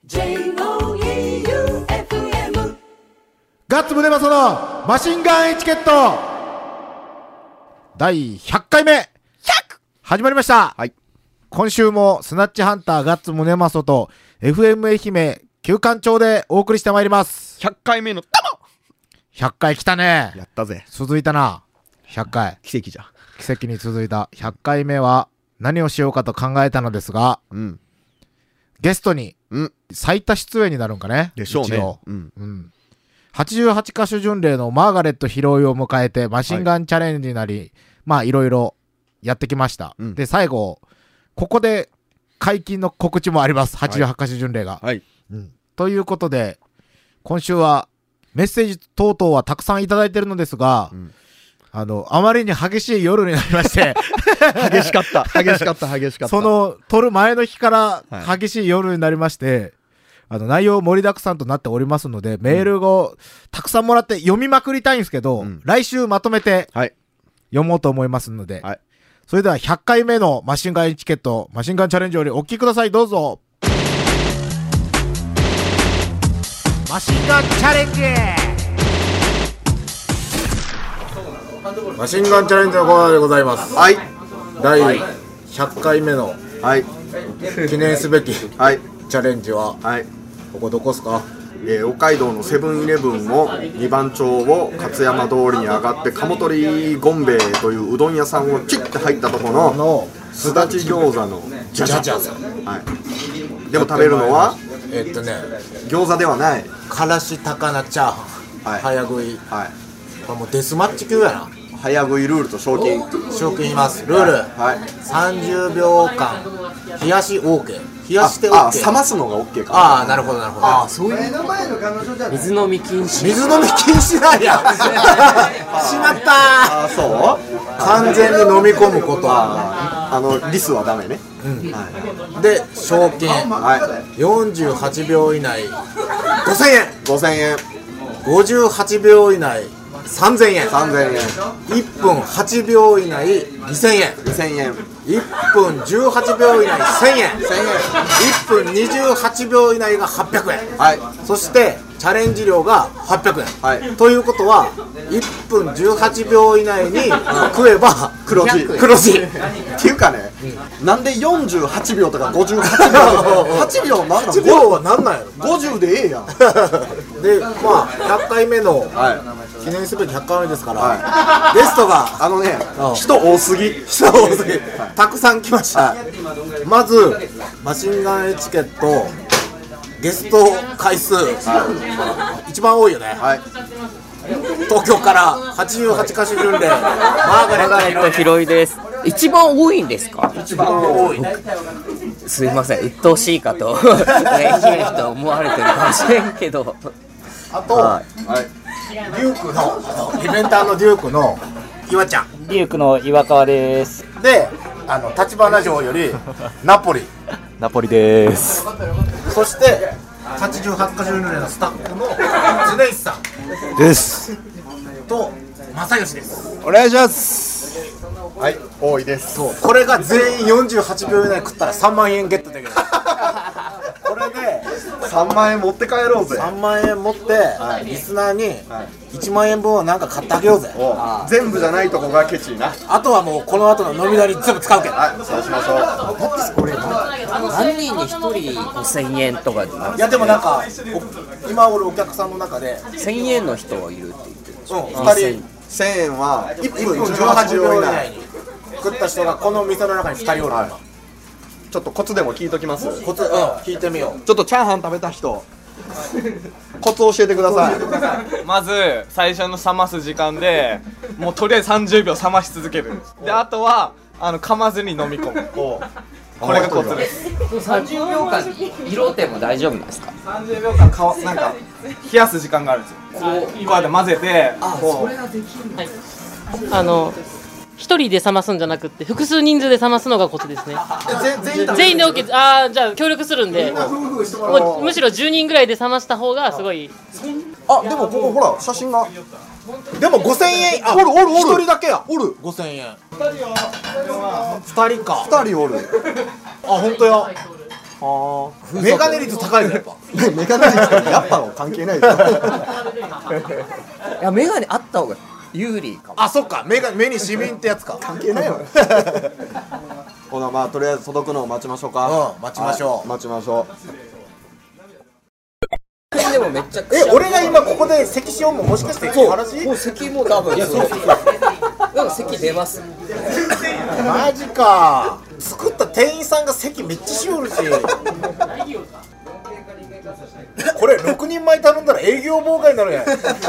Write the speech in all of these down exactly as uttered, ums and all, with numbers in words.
ジェイオーイーユーエフエムガッツムネマソのマシンガンエチケットだいひゃっかいめひゃく始まりました、はい、今週もスナッチハンターガッツムネマソと エフエム 愛媛旧館長でお送りしてまいります。 ひゃっかいめのタモひゃっかい来たね。 やったぜ。 続いたな。ひゃっかい奇跡じゃ。 奇跡に続いたひゃっかいめは何をしようかと考えたのですが、うん、ゲストに最多出演になるんかね。 でしょうね。 一応、うんうん、はちじゅうはちかしょ巡礼のマーガレット拾いを迎えてマシンガンチャレンジなり、はい、まあいろいろやってきました、うん、で最後ここで解禁の告知もあります。はちじゅうはちかしょ巡礼が、はいうん、ということで今週はメッセージ等々はたくさんいただいてるのですが、うん、あのあまりに激しい夜になりまして激しかった激しかった激しかったその撮る前の日から激しい夜になりまして、はい、あの内容盛りだくさんとなっておりますので、メールをたくさんもらって読みまくりたいんですけど、うん、来週まとめて読もうと思いますので、はい、それではひゃっかいめのマシンガンエチケットマシンガンチャレンジよりお聞きください。どうぞ。マシンガンチャレンジ。マシンガンチャレンジのコーナーでございます。はい。だいひゃっかいめの、はい、記念すべき、はい、チャレンジは、はい、ここどこっすか？ えー、北海道のセブンイレブンのにばん町を勝山通りに上がって鴨取ゴンベイといううどん屋さんをチッて入ったところのすだち餃子のジャジャさん、 はい、でも食べるのはえー、っとね餃子ではないからし高菜チャーハン、はい、早食い、はい、これもうデスマッチ級やな。 早食いルールと賞金賞金います。ルール、はい、さんじゅうびょうかん冷やし OK。冷やして OK。 ああ冷ますのが OK か。 ああなるほどなるほど。ああそういう水飲み禁止。 水飲み禁止なんやしまったー。 ああそう完全に飲み込むことはあのリスはダメね、 うんはい、で賞金、はい、よんじゅうはちびょう以内ごせんえんごせんえんごじゅうはちびょう以内さんぜんえんさんぜんえんいっぷんはちびょう以内にせんえんにせんえんいっぷんじゅうはちびょう以内せんえんせんえんいっぷんにじゅうはちびょう以内がはっぴゃくえん、はい、そしてチャレンジ料がはっぴゃくえん、はい、ということはいっぷんじゅうはちびょう以内に食えば黒字黒字っていうかね、うん、なんでよんじゅうはちびょうとかごじゅうはちびょうはちびょうなんなんはちびょうはなんなんやろごじゅうでええやんでまあひゃっかいめの、はい記念すべきひゃっかいめですから、はい、ゲストがあのね人多すぎ人多すぎ、はい、たくさん来ました、はい、まずマシンガンエチケットゲスト回数、はい、一番多いよね、はい、東京からはちじゅうはちかしょ巡礼マーガレット拾いです。一番多いんですか？ 一番多いね。 すいません鬱陶しいかと愛媛の人思われてるかもしれんけどあと、はいはいデュークのイベンターのデュークの岩ちゃんデュークの岩川です。 であの立花城よりナポリナポリです。 そしてはちじゅうはちかしょ巡礼のスタッフの常石さんですと正義です。 お願いします。 はい多いです。 そうこれが全員よんじゅうはちびょう以内食ったらさんまんえんゲットできるこれでさんまんえん持って帰ろうぜ。 さんまんえん持って、はい、リスナーにいちまんえんぶんをなんか買ってあげようぜ。 全部じゃないとこがケチいな。 あとはもうこの後の飲み代に全部使うけど、 はい、そうしましょう。 だってこれ何人にひとりごせんえんとか。いやでもなんか今俺お客さんの中でせんえんの人はいるって言ってるんですよ、 うん、ふたりせんえんはいっぷんじゅうはちびょう以内に食った人がこの店の中にふたりおる、はい、 ちょっとコツでも聞いときます。 コツ、うん、聞いてみよう。 ちょっとチャーハン食べた人コツ教えてください。 まず最初の冷ます時間でもうとりあえずさんじゅうびょう冷まし続ける。であとはあの噛まずに飲み込む。これがコツです。 さんじゅうびょうかん色ても大丈夫なんですか？ さんじゅうびょうかんかなんか冷やす時間があるんですよ。こうこうやって混ぜてこうそれができる、 はい、あの一人で冷ますんじゃなくって複数人数で冷ますのがコツですね。全員で OK。 ああじゃあ協力するんでもうむしろじゅうにんぐらいで冷ました方がすごい。 あでもここほら写真がでもごせんえん。あおるおるおるひとりだけや。 おるごせんえんふたりかふたりおるあ本当や。 はメガネ率高いぞやっぱ。 メガネ率とやっぱは関係ないですよ。 いやメガネあった方が有利かも。 あ、そっか、目が目にシミンってやつか。 関係ないよ。ほな、まあとりあえず届くのを待ちましょうか。 うん、待ちましょう。 はい、待ちましょう。でもめっちゃえ、俺が今ここで咳しようももしかして話？ もう咳も多分。いやそうそう。なんか咳出ます。 マジか。作った店員さんが席めっちゃしおるし。これろくにんまえ頼んだら営業妨害になるやん。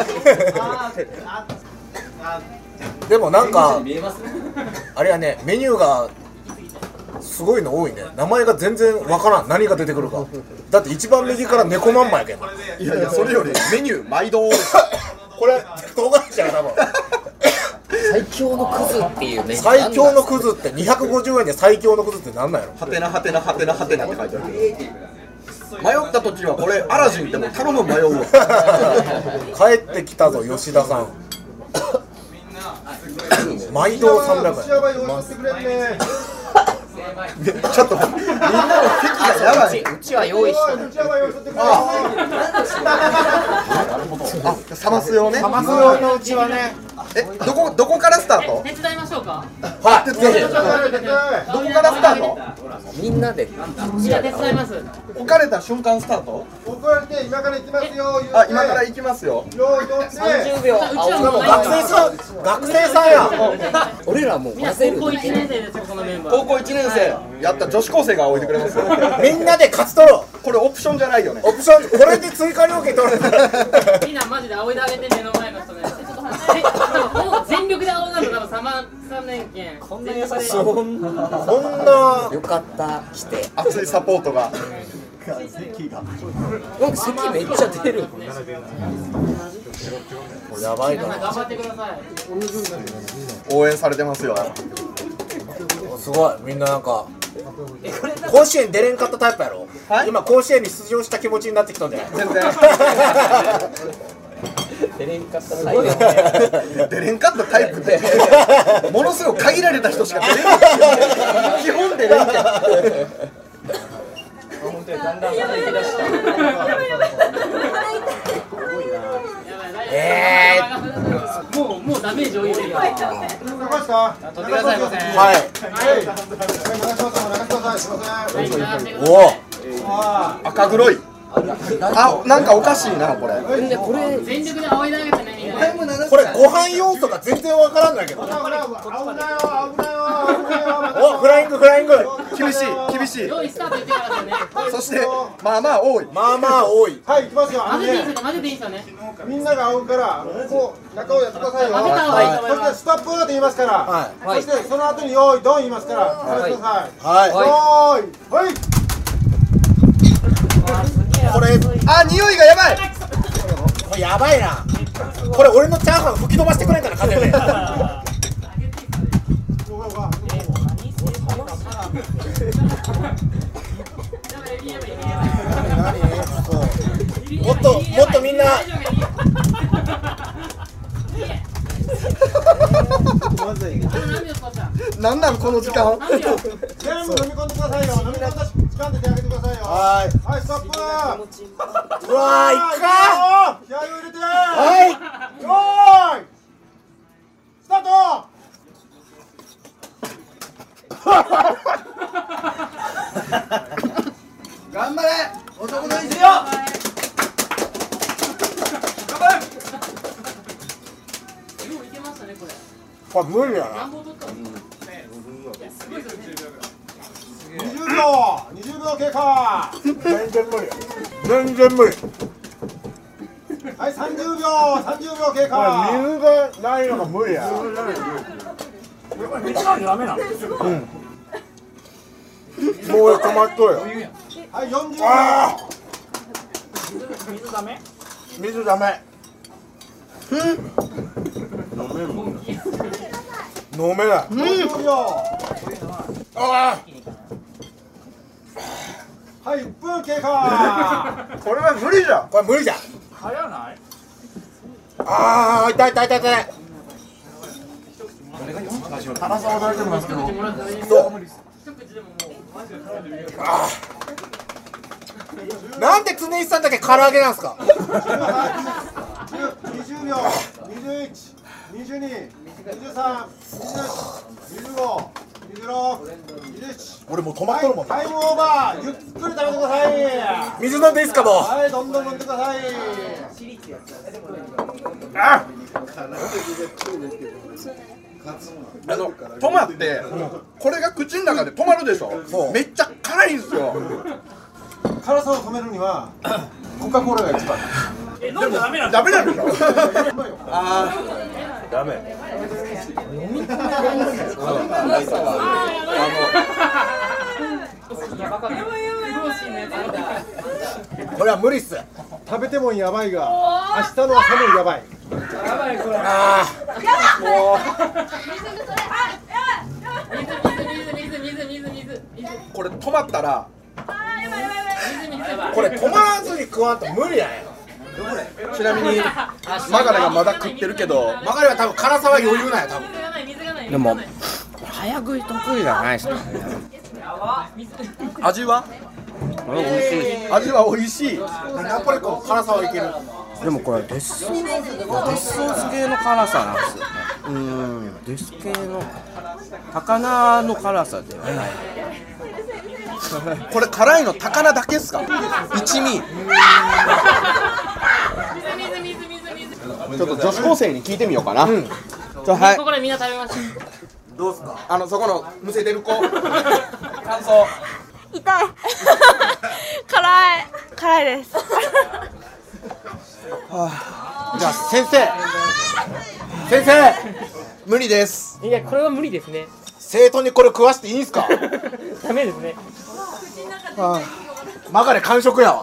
でもなんかあれやね、メニューがすごいの多いね。名前が全然わからん、何が出てくるか。だって一番右から猫まんまやけん。 う。いやいや、それよりメニュー毎度。 これ唐辛子や多分。 最強のクズっていうね。 最強のクズってにひゃくごじゅうえんで最強のクズってなんなんやろ。 はてなはてなはてなはてなって書いてある。迷った時はこれアラジンってもう頼む迷うわ。 帰ってきたぞ吉田さん。毎度さんびゃくえん。 ちょっとみんなの席がやばい。 うちは用意した。 あ、冷ます用ね。 冷ます用のうちはね。 え、どこどこからスタート？ 手伝いましょうか。 はい。 どこからスタート？ みんなで。 じゃあ手伝います。 置かれた瞬間スタート？ 置かれて今から行きますよ。 あ、今から行きますよ。 用意どって。 さんじゅうびょう。 うちはもう学生さん、学生さんや。 俺らもうみんな混ぜる。 高校いちねん生ですよ、このメンバー。 高校いちねん生やった女子高生が置いてくれますよ。 みんなで勝ち取ろう。 これオプションじゃないよね。 オプション、これで追加料金取る。 みんなマジで仰いであげて、目の前の人ね。え、多分全力で仰がんと多分さんねんけん。こんな優しい。 こんなよかった来て。 熱いサポートが。 なんか咳めっちゃ出る。 やばいな。 頑張ってください。 応援されてますよ。 すごい、みんななんか甲子園出れんかったタイプやろ、はい、今甲子園に出場した気持ちになってきたんじゃない？ 全然出れんかったタイプ出れんかったタイプってものすごく限られた人しか出れない基本出れんけん本当にだんだん鼻息出した。 えー、もうもうダメージ多いですよ。 どこですか？ 取ってくださいませ。 はい。 おお。 赤黒い。あ、なんかおかしいなこれ。 これ全力で仰いであげてね、みんな。 これご飯要素が全然わからんだけど。お、 危ないよ危ないよ。 フライングフライング。 厳しい厳しい。 用意スタート言ってからですね。 そしてまあまあ多い。 まあまあ多い。 はい、行きますよ。 混ぜていいですよ、混ぜていいですよね。 みんなが合うからここ中をやってくださいよ。 混ぜた方がいいと思いそしてます。 ストップって言いますから。 はい。 そしてその後に用意ドン言いますから。食べてください。 はい。 用意はい。 これあ、匂いがやばい。 これやばいな。これ俺のチャーハン吹き飛ばしてくれんから風で。もっともっとみんな。 なんなんこの時間。 全部飲み込んでくださいよ。飲み込んだ時間で手上げてくださいよ。 はい。 はい、ストップ。 うわー、いっか気合を入れて。 はい。 よーい。スタート。 頑張れ。男の意地よ。 これ無理やな。 にじゅうびょう、にじゅうびょう経過。 全然無理。全然無理。 はい、さんじゅうびょう、さんじゅうびょう経過。 水がないのが無理や。うん。もう俺止まっとるよ。 はい、よんじゅうびょう。 ああ。水ダメ。水ダメ。飲めない。 ごじゅうびょう。 あはい、いっぷん経過。 これは無理じゃん。 これ無理じゃん。 早ない？ ああ、痛い痛い痛い痛い。 辛さは大丈夫なんですけど。 そう。あなんで常石さんだけ唐揚げなんすか。 にじゅうびょう、にじゅういち、にじゅうに、にじゅうさん、にじゅうよん、にじゅうご、にじゅうろく、にじゅうなな。 俺もう止まっとるもん。 タイムオーバー、ゆっくり食べてください。 水飲んでいいっすかもう。 はい、どんどん飲んでください。 ああのトマってこれが口の中で止まるでしょ。めっちゃ辛いんですよ。 辛さを止めるにはコカ・コーラが一番。 え、飲んでダメなんダメなんでしょ。ああ、ダメ。 これは無理っす。 食べてもやばいが、明日の朝もやばい。 やばいこれ。 ああ、もう水水水水水水。 これ止まったら、 これ止まらずに食わんと無理やね。 ちなみにマガレがまだ食ってるけど、 マガレは多分辛さは余裕なんや多分。 でも早食い得意じゃないですかね。 味は美味しい。 味は美味しい。 ナポリコン辛さはいける。 でもこれデスソース系の辛さなんですよね。うんデス系の高菜の辛さではない。 これ辛いの高菜だけっすか。一味。ちょっと女子高生に聞いてみようかな。うん、じゃはい。 ここでみんな食べましょう。 どうすか。 あのそこのむせてる子。感想。 痛い辛い辛いです。 じゃあ先生先生無理です。 いやこれは無理ですね。 生徒にこれ食わしていいんすか。 ダメですね。 マガレ完食やわ。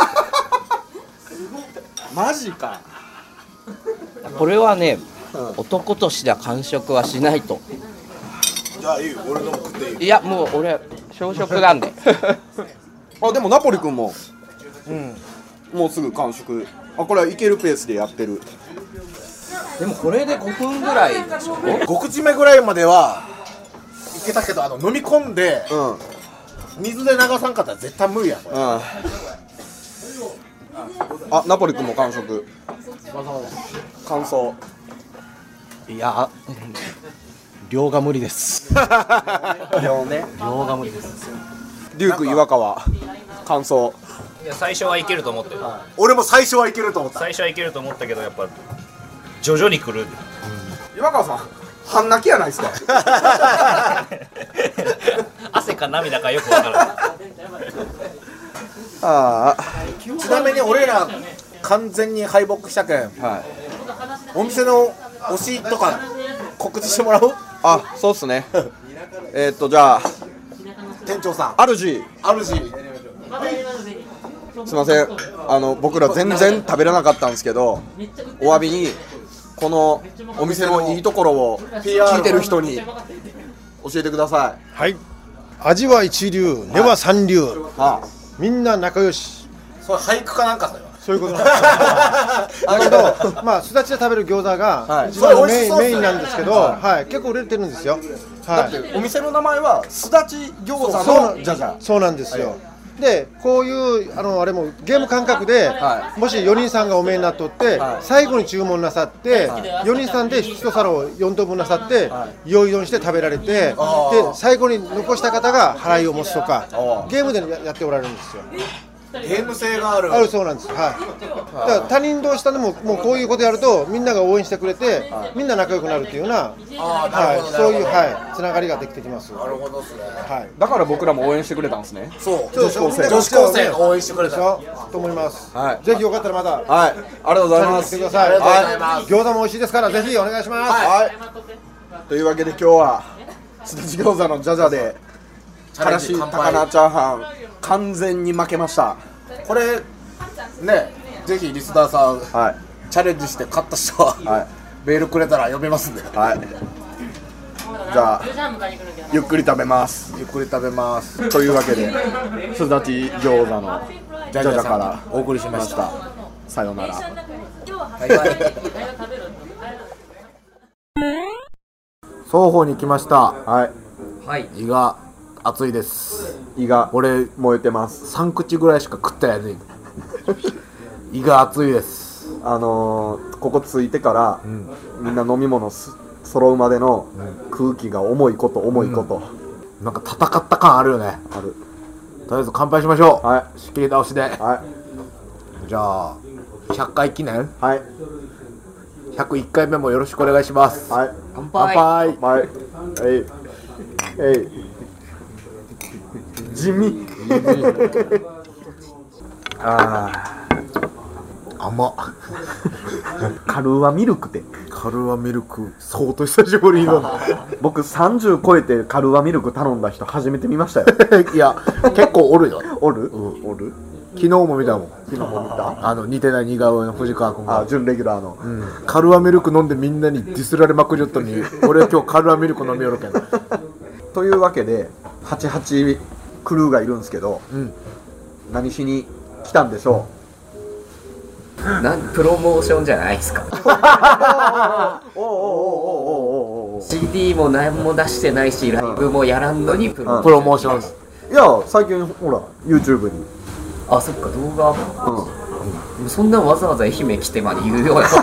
マジか。 これはね、うん、男としては完食はしないと。 じゃあいいよ、俺のも食っていい。 いやもう俺小食なんで。 あでもナポリ君も、うん、もうすぐ完食。あこれはいけるペースでやってる。 でもこれでごふんぐらいでしょ。 ご口目ぐらいまではいけたけど、あの飲み込んで、うん、水で流さんかったら絶対無理やん。うん、 あナポリ君も完食。感想。 いや量が無理です。 量ね。 量が無理です。 デューク岩川感想。 いや最初はいけると思ってる、 はい、俺も最初はいけると思った。 最初はいけると思ったけどやっぱ徐々に来る、うん、 岩川さん半泣きやないですか。 汗か涙かよくわからない。 ああちなみに俺ら完全に敗北したけん、はい、お店の推しとか告知してもらう？ あ、そうっすね。えっとじゃあ店長さん、 あるじあるじすいません、あの僕ら全然食べれなかったんですけど、お詫びにこのお店のいいところを聞いてる人に教えてください。 はい、味は一流、根は三流、はあ、みんな仲良し。 それ俳句かなんかだよ。 そういうことなんです。だけど、まあすだちで食べる餃子が一番のメイン、メインなんですけど、はい、結構売れてるんですよ。 だってお店の名前はすだち餃子のじゃじゃ。 そうなんですよ。でこういうあのあれもゲーム感覚で、はい、もしよにんさんがお見えになっとって、はい、最後に注文なさって、はい、よにんさんでいち皿をよん等分なさって、はい、用意どんして食べられて、で最後に残した方が払いを持つとかゲームで や, やっておられるんですよ。 ゲーム性がある。 あるそうなんです。はい。だから他人同士でももうこういうことやるとみんなが応援してくれて、はい、みんな仲良くなるっていうような、はい、そういうはいつながりができてきます。 なるほどですね。 はい。 だから僕らも応援してくれたんですね。 そう。 女子高生。女子高生が応援してくれたと思います。 はい。 ぜひよかったらまた。 はい。ありがとうございます。 来てください。 ありがとうございます。 餃子も美味しいですからぜひお願いします。 はい。というわけで今日はすだち餃子のじゃじゃでからし高菜チャーハン完全に負けました。 これね、ぜひリスナーさん、はい、チャレンジして勝った人は、はい、メールくれたら読めますんで、 はい、じゃあゆっくり食べます。 ゆっくり食べますというわけですだち餃子のじゃじゃからお送りしました。 さようなら。 双方に来ました。 はい。 はい。 胃が熱いです。 胃が俺燃えてます。 さん口ぐらいしか食ったやねん。胃が熱いです。 あのー、ここ着いてから、 うん、 みんな飲み物す揃うまでの空気が重いこと重いこと、 うん、なんか戦った感あるよね。 ある。 とりあえず乾杯しましょう。 はい。 仕切り倒しで。 はい。 じゃあひゃっかい記念。 はい。 ひゃくいっかいめもよろしくお願いします。 はい。 乾杯。 乾杯。 乾杯。えい。えい。地味。ああ。甘っ。 カルーアミルクって。 カルーアミルク相当久しぶりだな。 僕さんじゅう超えてカルーアミルク頼んだ人初めて見ましたよ。 いや結構おるよ。 おる、 うん、 おる。 昨日も見たもん。 昨日も見た。 あの似てない似顔絵の藤川君が。 あ、準レギュラーの、 うん、カルーアミルク飲んでみんなにディスられまくりよったのに俺今日カルーアミルク飲みよるけん。 というわけではちじゅうはちクルーがいるんですけど、 うん、 何しに来たんでしょう。なんプロモーションじゃないですか。 おおおおおおおおシーディー も何も出してないしライブもやらんのにプロ,、 うん、プロモーション。 いや最近ほら YouTube に。 あ、そっか動画、うんうん、そんなわざわざ愛媛来てまで言うような。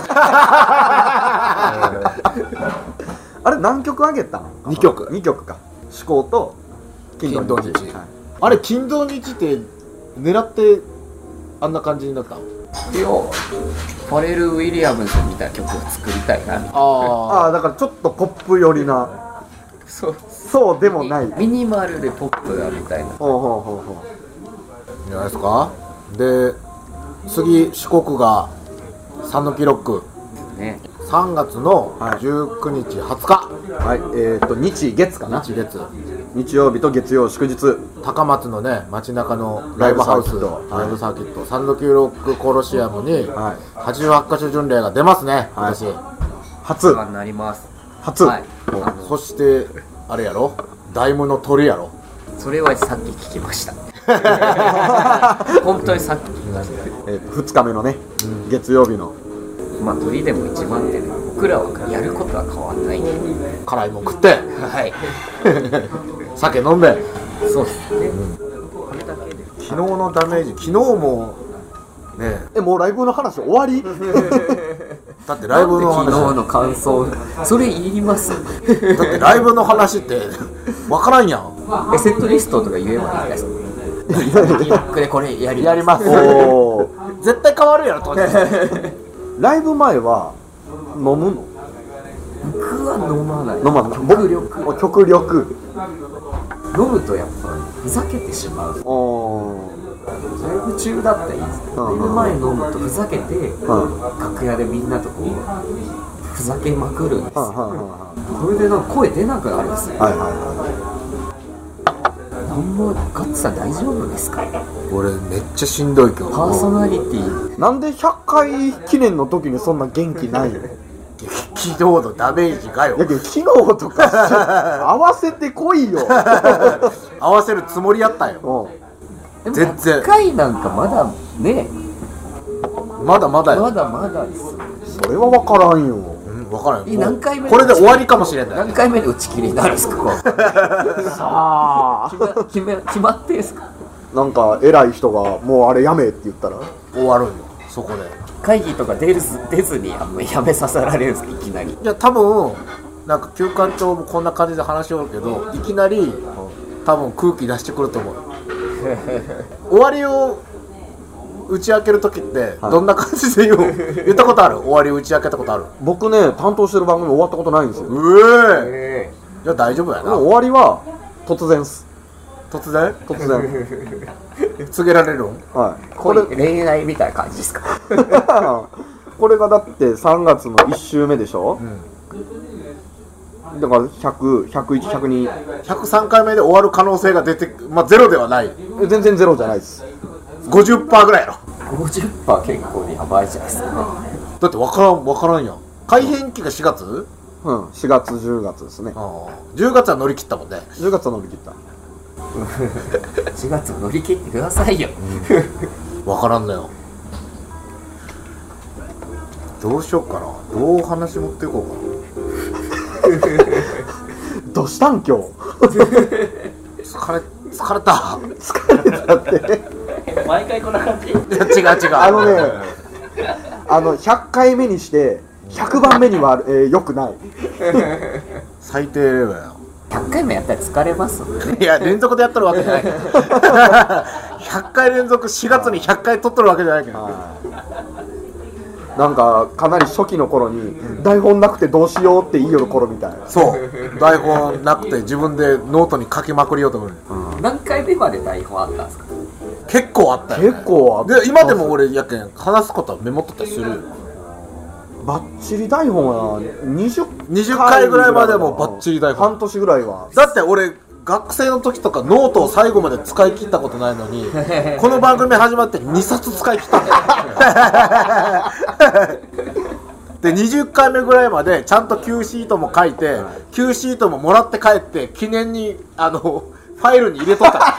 あれ何曲あげたん？ にきょく。 にきょくか。思考と金土日。はい、あれ金土日って狙ってあんな感じになったの？ いや、ファレル・ウィリアムズみたいな曲を作りたいなみたいな。 ああ、だからちょっとポップ寄りな。 そうそうでもない。 ミニマルでポップだみたいな。 ほうほうほうほう。じゃないですか。で、次四国がサンノキロック。ね。さんがつのじゅうくにちはつか。 はい。えっと日月かな。 日月。 日曜日と月曜祝日。 高松のね街中のライブハウス、ライブサーキット、サンドキロックコロシアムにはちじゅうはちかしょ巡礼が出ますね、今年。 初。 なります。 初。 そしてあれやろ、ダイムの鳥やろ。 それはさっき聞きました。本当にさっき聞きました。 えふつかめのね、月曜日の。 まあ鳥でも一番手で僕らはやることは変わんないんで。 辛いもん食って。 はい。 酒飲んで。 そうですね、うん、 昨日のダメージ、昨日もねえ、もうライブの話終わり？ だってライブの話、 昨日の感想それ言います？だってライブの話って分からんやん。 え、セットリストとか言えばいいですか？でこれやります。 やります。お絶対変わるやろ当然。 ライブ前は飲むの？ 僕は飲まない。 飲まない。 極力。 極力。 飲むとやっぱふざけてしまう。ライブ中だったらいいですけど、ライブ前飲むとふざけて、うん、楽屋でみんなとこうふざけまくるんです。それでなんか声出なくなるんですよ。はいはいはい。なんもガッツさん大丈夫ですか？ 俺めっちゃしんどいけど。 パーソナリティなんでひゃっかい記念の時にそんな元気ないの？ 昨日のダメージがよ。 だけど昨日とか合わせてこいよ。 合わせるつもりやったよ。 うん、全然。いっかいなんかまだね。 まだまだよ。 まだまだです。 それは分からんよ。 うん、分からんよ。 何回目これで終わりかもしれない。 何回目で打ち切りになるんですか？さあ決め決まってんすか？ なんか偉い人がもうあれやめって言ったら終わるんよ。そこで。 会議とか出る出ずにあんまやめさせられるんですか？いきなり。 いや多分なんか休館長もこんな感じで話しよるけど、いきなり多分空気出してくると思う。終わりを打ち明ける時ってどんな感じで言う、はい、言ったことある？終わりを打ち明けたことある？ 僕ね担当してる番組終わったことないんですよ。 うえー、じゃあ大丈夫やな。 終わりは突然っす。 突然？ 突然告げられるの？ はい。これ恋愛みたいな感じですか？ これがだってさんがつのいっしゅうめでしょ、うん、だからひゃく、ひゃくいち、ひゃくに、 ひゃくさんかいめで終わる可能性が出て、まあゼロではない。 全然ゼロじゃないです。 ごじゅっパーセント ぐらいやろ。 ごじゅっパーセント 結構やばいじゃないですか。 だって分からん分からんやん。改編期がしがつ？ うん、しがつじゅうがつですね。 あじゅうがつは乗り切ったもんね。 じゅうがつは乗り切った。 しがつ乗り切ってくださいよ。 分からんのよ。どうしようかな。どう話持っていこうかな。 どうしたん今日。 疲れ疲れた疲れたって毎回こんな感じ。いや違う違うあのねあのひゃっかいめにしてひゃくばんめには、えー、よくない最低だよ。 ひゃっかいめやったら疲れますもんね。 いや連続でやっとるわけじゃないひゃっかい連続しがつにひゃっかい撮っとるわけじゃないけど、 なんかかなり初期の頃に台本なくてどうしようって言いよる頃みたいな。 そう台本なくて自分でノートに書きまくりようと思う、 うん、何回目まで台本あったんですか？ 結構あったよ、ね、 結構あったで今でも俺やけん話すことはメモっとったりするよ。 バッチリ台本はにじゅっかいぐらいまでもバッチリ台本半年ぐらいは。 だって俺学生の時とかノートを最後まで使い切ったことないのにこの番組始まってにさつ使い切ったんだよでにじゅっかいめぐらいまでちゃんと Q シートも書いて Q シートももらって帰って記念にあのファイルに入れとった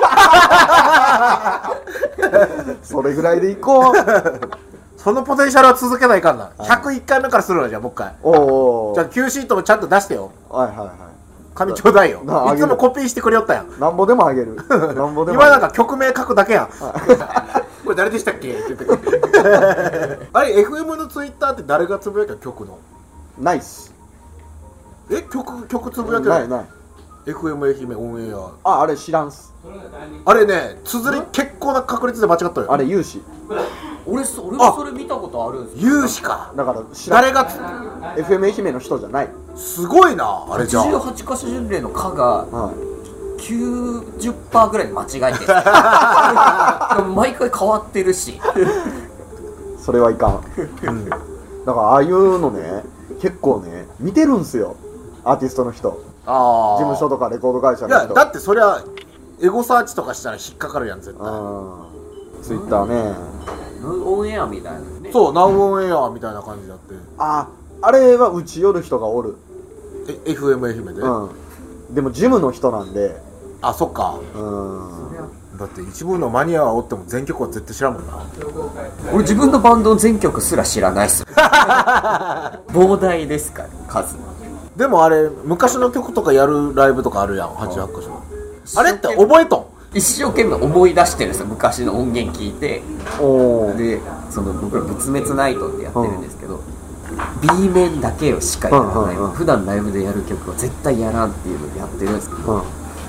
それぐらいでいこうそのポテンシャルは続けないかんな。ひゃくいっかいめからするわ。じゃあもう一回。 おお。 じゃあ Q シートもちゃんと出してよ。 はいはいはい。 紙ちょうだいよ。 ないつもコピーしてくれよったやん。 なんぼでもあげる。なんぼでも。 今なんか曲名書くだけやん。これ誰でしたっけって言ってくる。あれ エフエム のツイッターって誰がつぶやいた曲の？ ナイス。 え曲曲つぶやけない。 ないない。 エフエム 愛媛オンエア。ああれ知らんす。 あれね綴り結構な確率で間違ったよ。 あれ有志。 俺そ俺もそれ見たことあるんですよ。有志か。 だから知らん。 誰がエフエム 愛媛の人じゃない。 すごいなあれじゃあ。 はちじゅうはちかしょ巡礼の「か」がきゅうじゅっパーセントぐらい間違えてる毎回変わってるしそれはいかん、うん、だからああいうのね結構ね見てるんすよアーティストの人。あ事務所とかレコード会社の人。 いやだってそりゃエゴサーチとかしたら引っかかるやん絶対。 ツイッターねオンエアみたいなね。 そうナウオンエアみたいな感じだって。 ああれはうち寄る人がおる。 え エフエム 愛媛で、うん、 でも事務の人なんで。 あそっか。 うんだって一部のマニアはおっても全曲は絶対知らんもんな。 俺自分のバンドの全曲すら知らないっす膨大ですから数。 でもあれ昔の曲とかやるライブとかあるやんはちじゅうはちかしょ。あれって覚えとん一生懸命思い出してるんですよ昔の音源聞いて。でその僕ら仏滅ナイトってやってるんですけど、うん、B 面だけをしかやらない、うんうんうん、普段ライブでやる曲は絶対やらんっていうのをやってるんですけど、うん、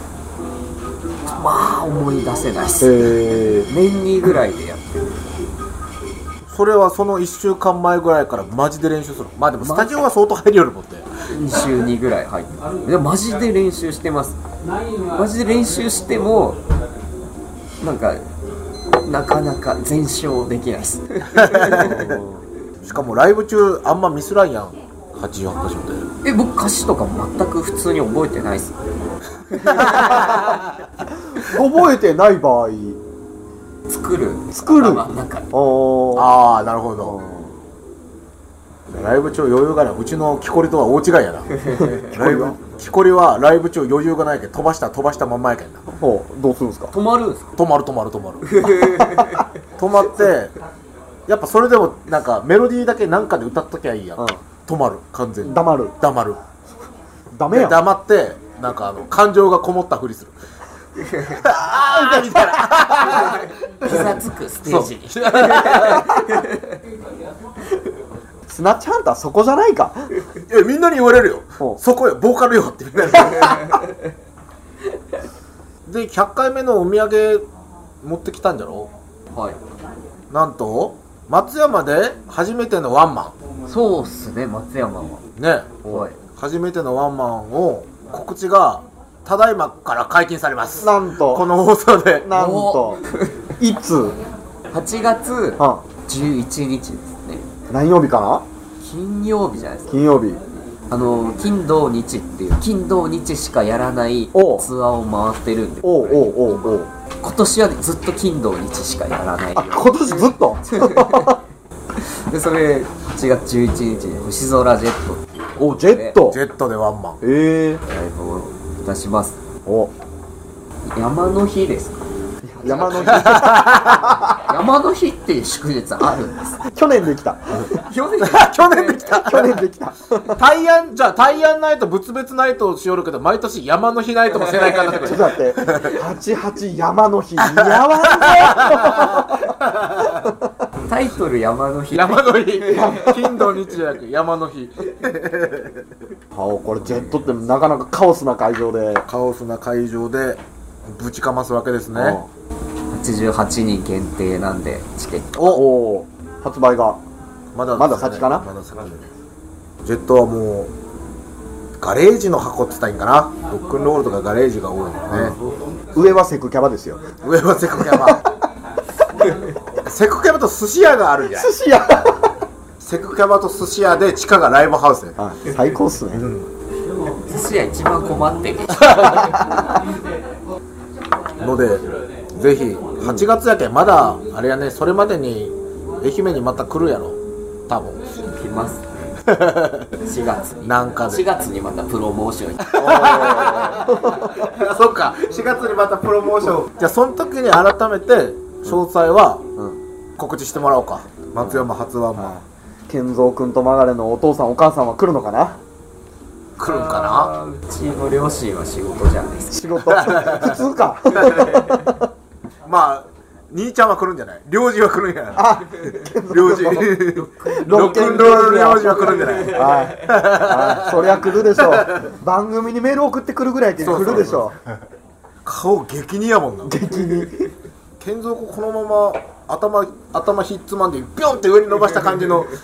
まあ思い出せないっす。年にぐらいでやってる。 それはそのいっしゅうかんまえぐらいからマジで練習する。まあでもスタジオは相当入りよるもんね。 に週にぐらい入ってる。でもマジで練習してます。マジで練習してもなんかなかなか全勝できないっすしかもライブ中あんまミスらんやんはちじゅうはちかしょで。 え僕歌詞とか全く普通に覚えてないっす覚えてない場合作る作るなんかああなるほど。ライブ中余裕がない。うちの木こりとは大違いやなライブ木こりはライブ中余裕がないけん飛ばした飛ばしたまんまやけんな。 ほうどうするんですか。 止まるんですか。 止まる止まる止まる止まってやっぱそれでもなんかメロディーだけなんかで歌っときゃいいやん、うん、止まる完全に黙る黙るダメやん。 黙ってなんかあの感情がこもったふりするあーみたいな膝つくステージにスナッチハンターそこじゃないか。 いやみんなに言われるよそこよボーカルよってみんなにでひゃっかいめのお土産持ってきたんじゃろ。 はいなんと松山で初めてのワンマン。そうっすね松山はね、はい、初めてのワンマンを告知がただいまから解禁されます。 なんとこの放送でなんといつはちがつじゅういちにちですね。 何曜日かな。 金曜日じゃないですか。 金曜日あの金土日っていう金土日しかやらないツアーを回ってるんで。 おうおうおうおう今年は、ね、ずっと金土日しかやらない。 あ今年ずっとでそれはちがつじゅういちにちに星空ジェットっていう。 おジェットジェットでワンマンええー、 ライブを出します。 お山の日ですか。 山の日山の日っていう祝日あるんですか？ 去年できた。 去年去年できた去年できた。 大安じゃあ大安ナイト仏別ナイトをしよるけど毎年山の日ナイトもせないかなってちょっと待って、はちはち山の日似合わんぞ。 タイトル山の日。 山の日金土日じゃなく山の日。 あ、これジェットってなかなかカオスな会場でカオスな会場でぶちかますわけですね。 はちじゅうはちにん限定なんでチケット。 おお、発売がまだまだ先かな。 まだ先。ジェットはもうガレージの箱って言ったらいいんかな。ロックンロールとかガレージが多いのね。 上はセクキャバですよ。 上はセクキャバ。セクキャバと寿司屋があるんじゃない。 寿司屋。 セクキャバと寿司屋で地下がライブハウス。 あ、最高っすね。うん、 寿司屋一番困ってる。 のでぜひはちがつやけんまだあれやね、それまでに愛媛にまた来るやろ多分。 来ますね。しがつになんかでしがつにまたプロモーション。 そっか、しがつにまたプロモーション。じゃあその時に改めて詳細は告知してもらおうか。松山発ワンマン。 健三君とマガレのお父さんお母さんは来るのかな。 来るんかな。 うちの両親は仕事じゃないですか。 仕事普通か。 まあ兄ちゃんは来るんじゃない。領事は来るんじゃない。あ、領事ロックンロール領事は来るんじゃない。 はい、そりゃ来るでしょう。番組にメール送ってくるぐらいって来るでしょう。 顔激似やもんな。激似。健三君このまま頭頭ひっつまんでビョンって上に伸ばした感じの。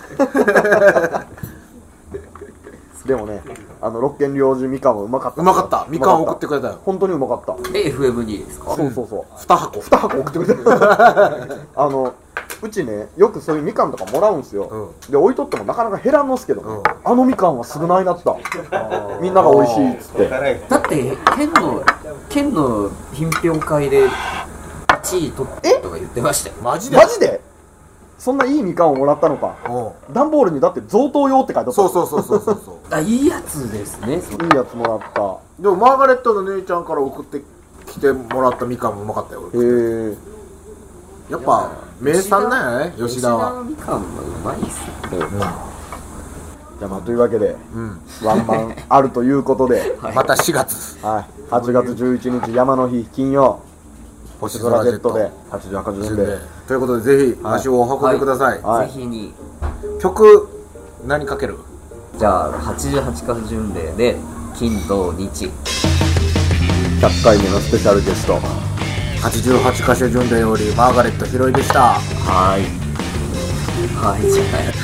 でもね、あの六軒領事みかんもうまかった。 うまかった。みかん送ってくれたよ。 本当にうまかった。 え、エフエムに ですか？ そうそうそう。 二箱。 二箱送ってくれた。あのうちね、よくそういうみかんとかもらうんすよ。うん、で置いとってもなかなか減らんのっすけど、うん、あのみかんは少ないなった。みんなが美味しいっつって。 だって県の県の品評会でいちい取ったとか言ってましたよ。 マジで？ マジで？そんないいみかんをもらったのか。段ボールにだって贈答用って書いてあった。 そうそうそうそうそうそう。 あ、いいやつですね。いいやつもらった。 でもマーガレットの姉ちゃんから送ってきてもらったみかんもうまかったよ。へえ。やっぱ名産だよね、吉田は。 吉田のみかんはうまいっすよ。うん。 じゃあまあというわけで、うん、ワンマンあるということで、 はい、またしがつ。 はい。はちがつじゅういちにち山の日金曜。星空ジェットではちじゅうはちじゅんでということでぜひ足をお運びください。 はい、ぜひに曲何かける？ じゃあはちじゅうはちかし巡礼で金土日ひゃっかいめのスペシャルゲストはちじゅうはちかしょ巡礼よりマーガレットひろいでした。 はいはいじゃない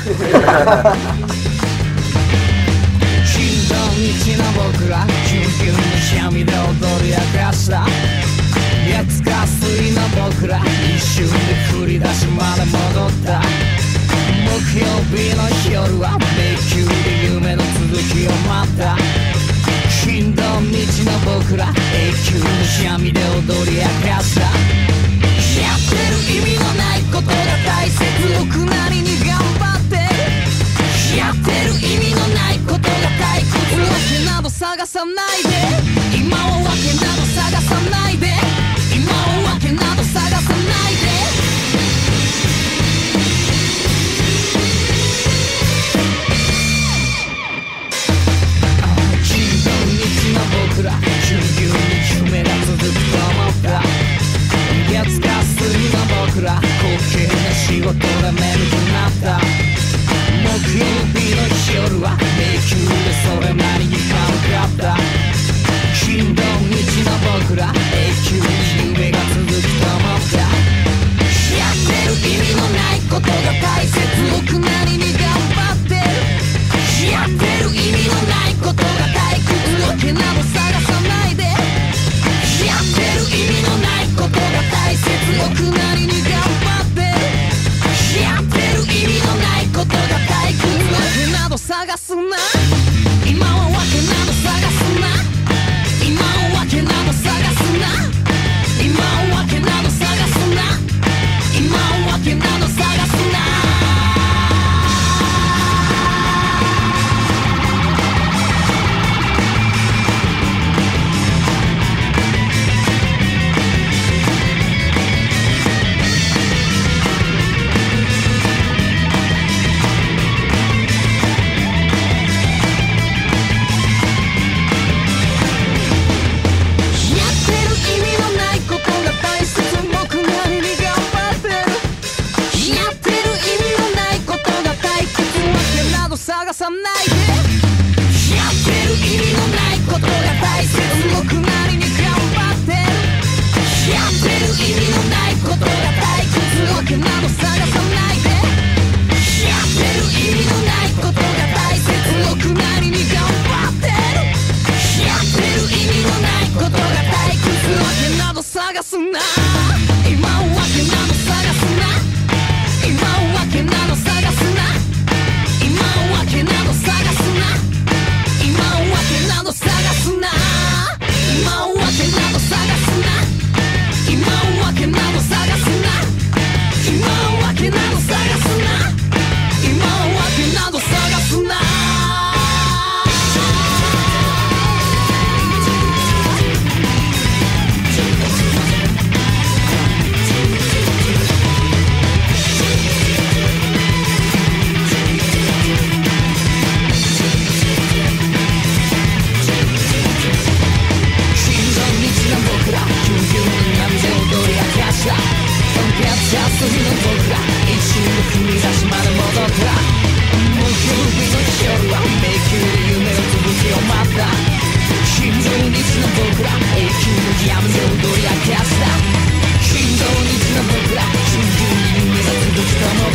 金土日の僕らキュンキュンにシャミで踊り明かした月火水の僕ら一瞬で振り出しまで戻った木曜日の夜は迷宮で夢の続きを待った金土日の僕ら永久のシャミで踊り明かしたやってる意味のないことが大切僕なりに頑張ってやってる意味のないことが退屈わけなど探さないで今はわけなど探さないで今はわけなど探さないで金土日の僕らぎゅうぎゅうに夢が続くと思った月火水の僕ら滑稽な仕事で眠くなった木曜日の夜は迷宮でそれなりに寒かった金土日の僕ら永久に夢が続くと思ったやってる意味のないことが大切僕なりに頑張ってやってる意味のないことが退屈わけなど探さないでやってる意味のないことが大切僕なりに頑張ってやってる意味のないことが退屈わけなど探すな今はわけなど探すな今はわけなど探すな今はわけなど探すな今はわけなど探すな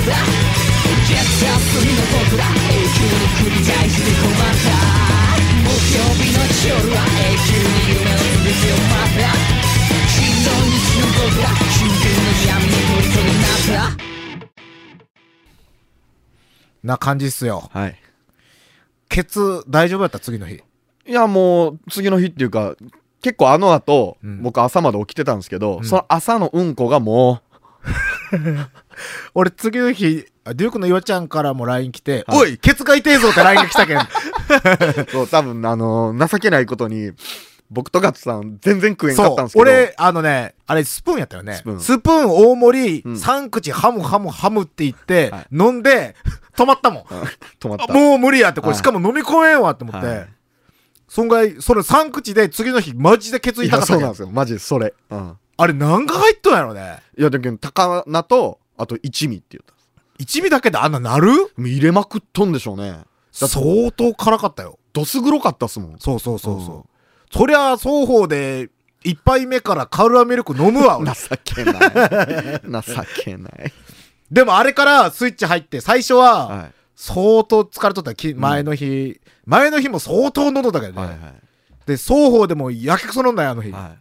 った月休みの僕ら永久に繰り返しで困った木曜日の夜は永久に夢の続きを待ったしんどい日の僕ら真剣の闇の虜になったな感じっすよ。 はい。 ケツ大丈夫やった次の日。 いやもう次の日っていうか結構あの後、うん、僕朝まで起きてたんですけど、うん、その朝のうんこがもう俺次の日デュークの岩ちゃんからも ライン 来て、はい、おいケツが痛えぞって ライン が来たけんそう多分あのー、情けないことに僕とガッツさん全然食えんかったんですけど俺あのねあれスプーンやったよねスプーン、スプーン大盛り、うん、さん口ハムハムハムって言って、はい、飲んで止まったもん止まったもう無理やってこれ、はい、しかも飲み込めんわって思って、はい、そんぐらいそれさん口で次の日マジでケツ痛かった。 そうなんですよマジでそれ、うん、 あれ何が入っとんやろね。 いやだけど高菜とあと一味って言った一味だけであんななる入れまくっとんでしょうね。 相当辛かったよ。 どす黒かったっすもん。 そうそうそうそう、うん、そりゃ双方で一杯目からカルアミルク飲むわ情けない情けないでもあれからスイッチ入って最初は相当疲れとったき前の日、うん、前の日も相当喉だけどね、はいはい、で双方でもやけくそ飲んだよあの日、はい、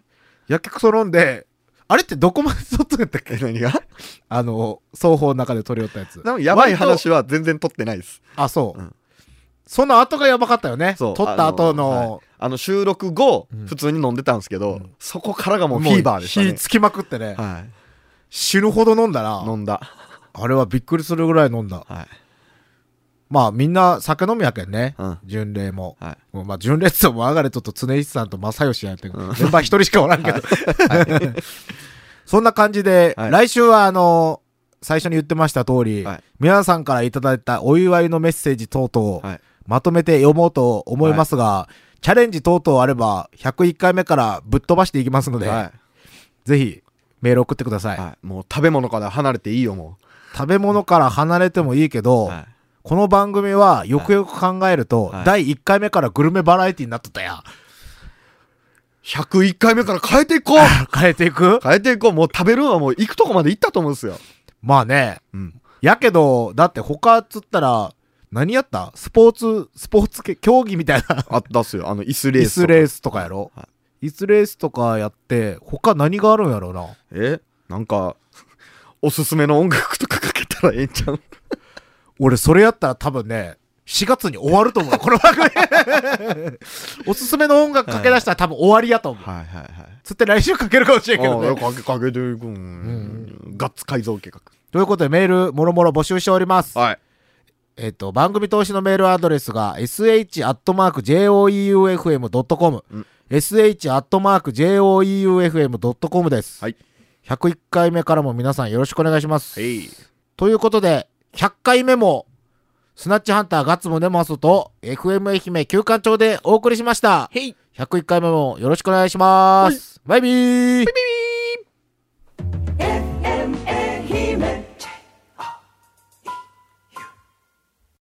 やけくそ飲んであれってどこまで撮っとんやったっけ何があの双方の中で撮り寄ったやつ。 でもやばい話は全然撮ってないです。 あそう、うん、その後がやばかったよね。撮った後の、 あの、はい、あの収録後、うん、普通に飲んでたんですけど、うん、そこからがもうフィーバーでしたね。 火つきまくってね、はい、死ぬほど飲んだな。 飲んだあれはびっくりするぐらい飲んだ、はい、まあみんな酒飲みやけんね、うん、純礼も、はい、もうまあ純礼ってもマーガレットと常石さんと正義やってる、うん、メンバー一人しかおらんけど、はい、そんな感じで、はい、来週はあの最初に言ってました通り、はい、皆さんからいただいたお祝いのメッセージ等々を、はい、まとめて読もうと思いますが、はい、チャレンジ等々あればひゃくいっかいめからぶっ飛ばしていきますので、はい、ぜひメール送ってください、 はい、もう食べ物から離れていいよ。もう食べ物から離れてもいいけど、はい、この番組はよくよく考えると、はい、だいいっかいめからグルメバラエティになっとったや。 ひゃくいっかいめから変えていこう変えていく変えていこう。もう食べるのはもう行くとこまで行ったと思うんですよ。 まあね、うん、やけどだって他っつったら何やったスポーツスポーツ系競技みたいなあったっすよ。あのイスレースイスレースとかやろ、はい、イスレースとかやって他何があるんやろうな。 えなんかおすすめの音楽とかかけたらええんちゃう俺それやったら多分ねしがつに終わると思うこの番組おすすめの音楽かけ出したら多分終わりやと思う。はいはいはい。つって来週かけるかもしれんけどね。 かけかけていくん、うん、ガッツ改造計画ということでメールもろもろ募集しております。 はい。 えっと番組投資のメールアドレスが エスエイチアットマークジェイオーイーユーエフエムドットコム エスエイチアットマークジェイオーイーユーエフエムドットコム です。はい。ひゃくいっかいめからも皆さんよろしくお願いします。はい。ということでひゃっかいめもスナッチハンターガッツムネマスと エフエム 愛媛旧館長でお送りしました。ひゃくいっかいめもよろしくお願いします。バイビー。バイビー。